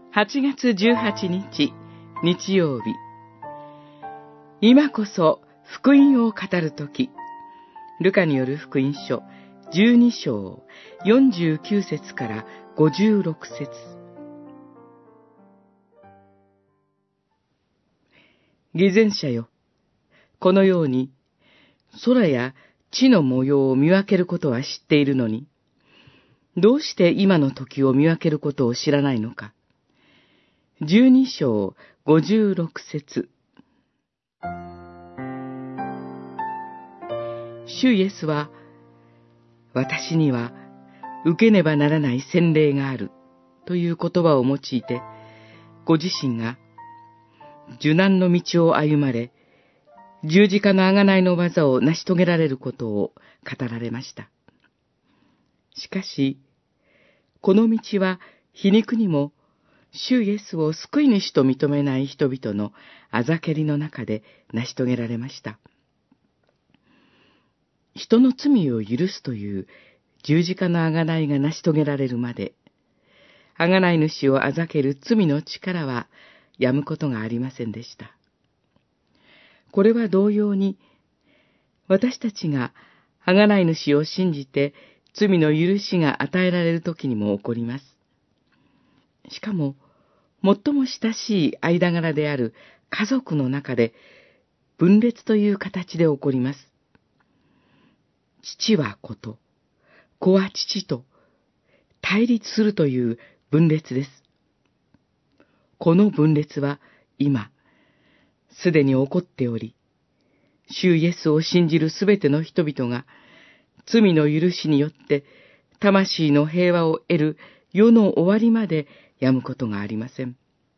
8月18日、日曜日。今こそ福音を語るとき。ルカによる福音書12章49節から56節。偽善者よ、このように空や地の模様を見分けることは知っているのに、どうして今の時を見分けることを知らないのか。12章56節。主イエスは、私には受けねばならない洗礼があるという言葉を用いて、ご自身が受難の道を歩まれ、十字架の贖いの技を成し遂げられることを語られました。しかし、この道は皮肉にも、主イエスを救い主と認めない人々のあざけりの中で成し遂げられました。人の罪を許すという十字架の贖いが成し遂げられるまで、贖い主をあざける罪の力はやむことがありませんでした。これは同様に、私たちが贖い主を信じて罪の許しが与えられるときにも起こります。しかも、最も親しい間柄である家族の中で、分裂という形で起こります。父は子と、子は父と、対立するという分裂です。この分裂は今、すでに起こっており、主イエスを信じるすべての人々が、罪の許しによって、魂の平和を得る世の終わりまでやむことがありません。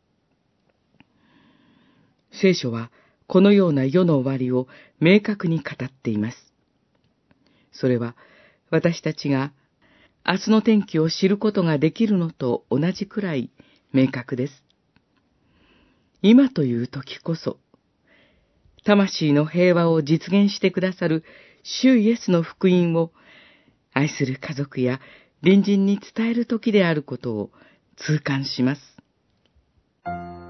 聖書は、このような世の終わりを明確に語っています。それは、私たちが明日の天気を知ることができるのと同じくらい明確です。今という時こそ、魂の平和を実現してくださる主イエスの福音を愛する家族や隣人に伝える時であることを痛感します。